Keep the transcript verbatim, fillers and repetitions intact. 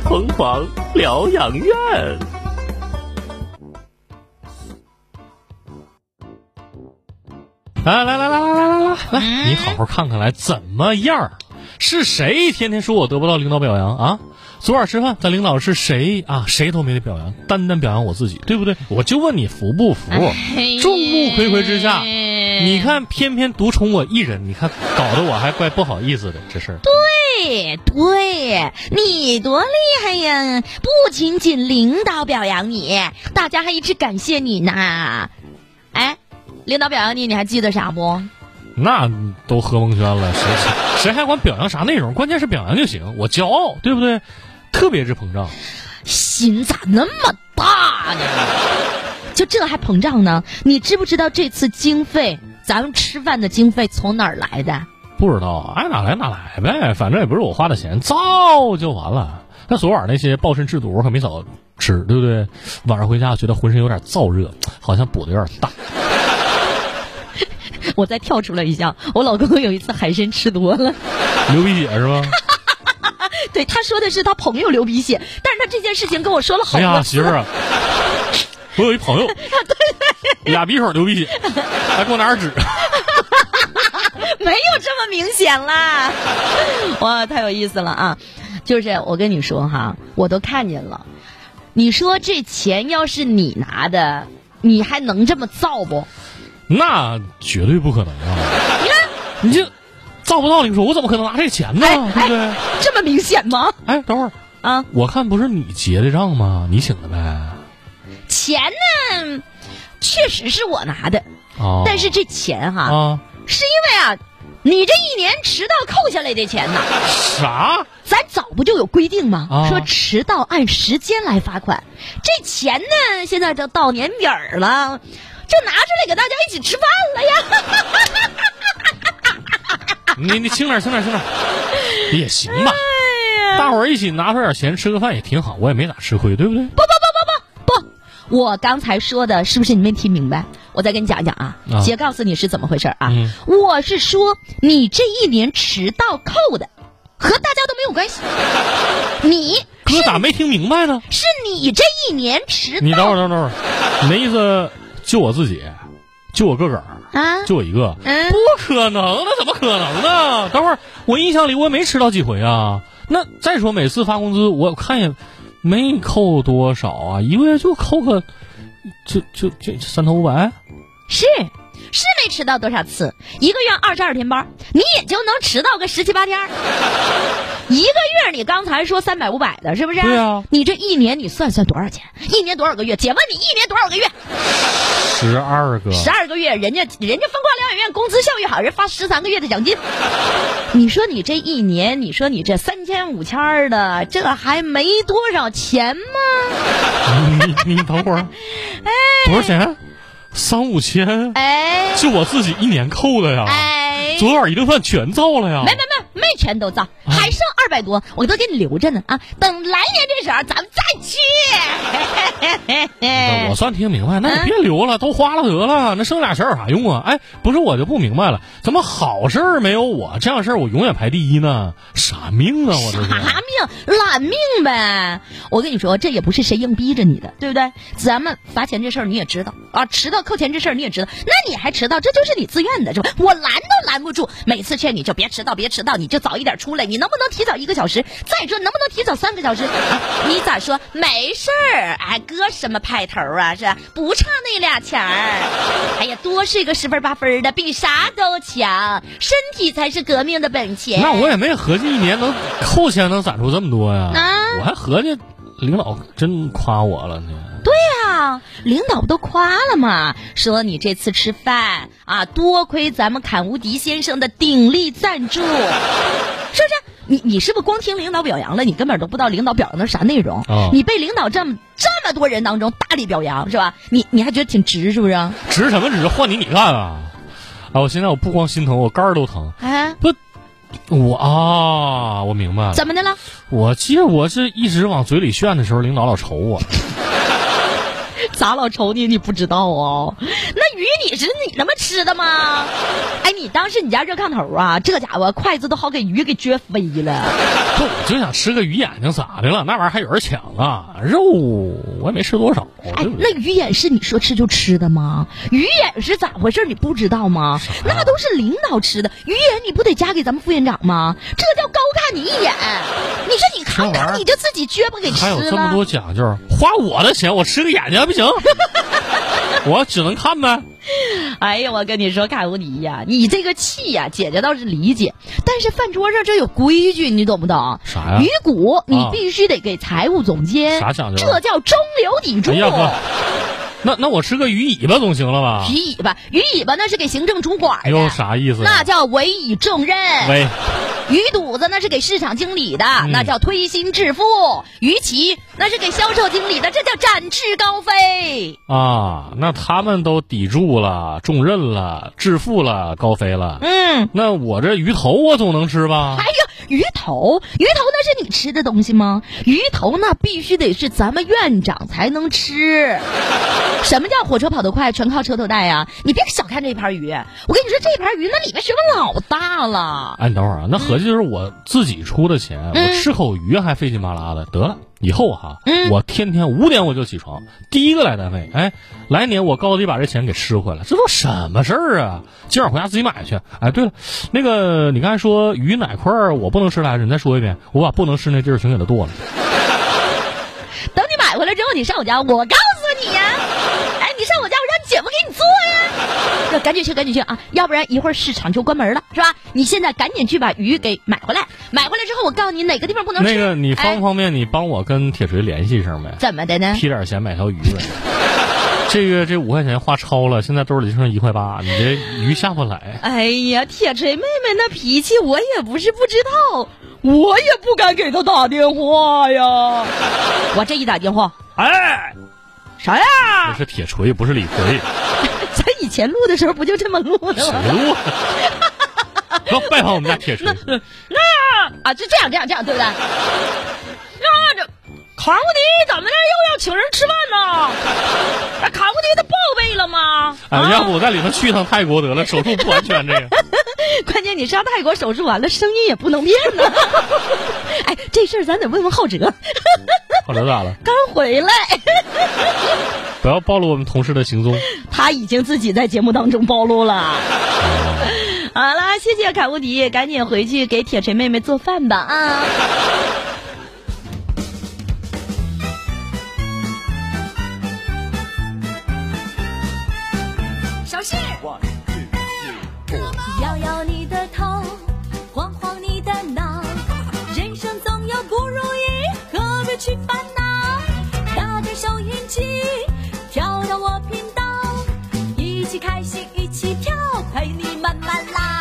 疯狂疗养院。 来来来来来来来来来，你好好看看来怎么样？是谁天天说我得不到领导表扬啊？昨晚吃饭，咱领导是谁啊？谁都没得表扬，单单表扬我自己，对不对？我就问你服不服？众目睽睽之下，你看偏偏独宠我一人，你看搞得我还怪不好意思的这事儿。 对对，你多厉害呀！不仅仅领导表扬你，大家还一直感谢你呢。哎，领导表扬你，你还记得啥不？ 那都喝蒙圈了，谁谁还管表扬啥内容？关键是表扬就行，我骄傲，对不对？特别是膨胀， 心咋那么大呢？就这还膨胀呢？你知不知道这次经费，咱们吃饭的经费从哪儿来的？ 不知道，爱哪来哪来呗，反正也不是我花的钱，造就完了。那昨晚那些暴抻制毒可没少吃，对不对？晚上回家觉得浑身有点燥热，好像补的有点大。 我再跳出来一下，我老公有一次海参吃多了， 流鼻血是吧？ 对，他说的是他朋友流鼻血，但是他这件事情跟我说了好多次。 哎呀，媳妇儿啊，我有一朋友，对对，俩鼻孔流鼻血，还给我拿点纸。 没有这么明显啦，哇，太有意思了啊！就是我跟你说哈，我都看见了。你说这钱要是你拿的，你还能这么造不？ 那绝对不可能啊！ 你看， 你这造不到，你说我怎么可能拿这钱呢？ 哎、 对不对、 哎？这么明显吗？ 哎，等会儿啊， 我看不是你结的账吗？你请的呗。 钱呢，确实是我拿的， 哦、 但是这钱哈， 啊， 是因为啊，你这一年迟到扣下来的钱呢。 啥？ 咱早不就有规定吗？ 啊、 说迟到按时间来罚款。这钱呢，现在都到年底儿了。就拿出来给大家一起吃饭了呀！你你轻点轻点轻点，也行吧。哎、大伙儿一起拿出点钱吃个饭也挺好，我也没咋吃亏，对不对？ 不不不不不不，我刚才说的是不是你没听明白？我再跟你讲讲啊，啊姐告诉你是怎么回事啊、嗯。我是说你这一年迟到扣的，和大家都没有关系。你哥咋没听明白呢？ 是你这一年迟到。 你等会儿等会儿，你那意思？就我自己，就我个个儿啊， 就我一个， 嗯， 不可能，那怎么可能呢？等会儿我印象里我也没迟到几回啊。那再说每次发工资，我看也没扣多少啊，一个月就扣个，就就就三头五百。 是是没迟到多少次，一个月二十二天班，你也就能迟到个十七八天。一个月你刚才说三百五百的，是不是？ 对啊。 你这一年你算算多少钱？一年多少个月？姐问你一年多少个月？ 十二个。 十二个月，人家人家疯狂疗养院工资效益好，人发十三个月的奖金。你说你这一年，你说你这三千五千的，这还没多少钱吗？ 你你等会儿，哎，多少钱？三五千？ 哎， 就我自己一年扣的呀。 哎， 昨晚一顿饭全造了呀。 没没没没全都造，还剩二百多，我都给你留着呢啊！等来年这时候咱们再去。 我算听明白，那你别留了，都花了得了，那剩俩钱有啥用啊？哎，不是我就不明白了，怎么好事儿没有我，这样事儿我永远排第一呢？啥命啊！我这是啥命？懒命呗！我跟你说，这也不是谁硬逼着你的，对不对？咱们罚钱这事儿你也知道啊，迟到扣钱这事儿你也知道，那你还迟到，这就是你自愿的，是吧？我拦都拦不住，每次劝你就别迟到，别迟到，你就早一点出来，你能不能提早一个小时？再说能不能提早三个小时？啊、你咋说？没事儿，哎，哥什么派头啊？是吧？不差那俩钱儿。哎呀，多是个十分八分的，比啥都强。身体才是革命的本钱。 那我也没合计一年能扣钱能攒出这么多呀。 啊、 我还合计领导真夸我了呢。 对啊，领导不都夸了吗？说你这次吃饭啊，多亏咱们侃无敌先生的鼎力赞助，是不是？你你是不是光听领导表扬了，你根本都不知道领导表扬的啥内容？ 哦、 你被领导这么这么多人当中大力表扬，是吧？你你还觉得挺值，是不是？ 值什么值？换你你干啊！啊，我现在我不光心疼，我肝儿都疼。 啊， 不，我啊，我明白了。 怎么的了？ 我记得我是一直往嘴里炫的时候，领导老瞅我。 咋老瞅你？你不知道哦？那与你是你那么吃的吗？哎，你当时你家热炕头啊，这家伙筷子都好给鱼给撅飞了。 不，我就想吃个鱼眼睛咋的了？那玩意儿还有人抢啊？肉我也没吃多少。 哎，那鱼眼是你说吃就吃的吗？鱼眼是咋回事？你不知道吗？那都是领导吃的。鱼眼你不得夹给咱们副院长吗？这叫高看你一眼。你说你看看你就自己撅巴给吃了。 还有这么多讲究，花我的钱我吃个眼睛还不行？我只能看呗。 哎呀，我跟你说，凯无敌呀，你这个气呀，姐姐倒是理解，但是饭桌上这有规矩，你懂不懂？ 啥呀？ 鱼骨你必须得给财务总监， 啥讲究？ 这叫中流砥柱。 哎呀哥，那那我吃个鱼尾巴总行了吧？ 鱼尾巴，鱼尾巴那是给行政主管的。 有啥意思？ 那叫委以重任。 喂。 鱼肚子那是给市场经理的， 嗯、 那叫推心置腹；鱼鳍那是给销售经理的，这叫展翅高飞啊！那他们都抵住了，重任了，致富了，高飞了。 嗯， 那我这鱼头我总能吃吧？ 哎呀，鱼头，鱼头那是你吃的东西吗？鱼头那必须得是咱们院长才能吃。什么叫火车跑得快，全靠车头带呀？你别小看这盘鱼，我跟你说，这盘鱼那里面学问老大了。 哎，你等会儿啊，那合计就是我自己出的钱， 嗯、 我吃口鱼还费劲巴拉的，得了。以后哈， 嗯、 我天天五点我就起床，第一个来单位，哎，来年我高低把这钱给吃回来，这都什么事儿啊？今晚回家自己买去。哎，对了，那个你刚才说鱼哪块儿我不能吃来着？你再说一遍，我把不能吃那地儿全给它剁了。 等你买回来之后，你上我家，我告诉你呀、啊，哎，你上我家，我让你姐夫给你做呀。要赶紧去，赶紧去啊！要不然一会儿市场就关门了，是吧？你现在赶紧去把鱼给买回来，买回来之后，我告诉你哪个地方不能吃。 那个，你方不方便你帮我跟铁锤联系一声呗？ 怎么的呢？ 批点钱买条鱼呗。这个这五块钱花超了，现在兜里剩一块八，你这鱼下不来。 哎呀，铁锤妹妹那脾气我也不是不知道，我也不敢给她打电话呀。我这一打电话， 哎， 啥呀？ 这是铁锤，不是李逵。 咱以前录的时候不就这么录的吗？ 谁录？要拜访我们家铁锤。 那那啊，就这样这样这样，对不对？那这卡无敌怎么的又要请人吃饭呢？那卡无敌他报备了吗？ 哎，要不我在里头去一趟泰国得了，手术不完全这个。 关键你上泰国手术完了，声音也不能变呢。哎，这事儿咱得问问浩哲。 浩哲咋了？ 刚回来。 不要暴露我们同事的行踪。 他已经自己在节目当中暴露了。哦、好了，谢谢凯无敌，赶紧回去给铁锤妹妹做饭吧啊！小谢， 摇摇你的头，晃晃你的脑，人生总有不如意，何必去烦恼？打开收音机，跳到我频道，一起开心一起跳，陪你慢慢来。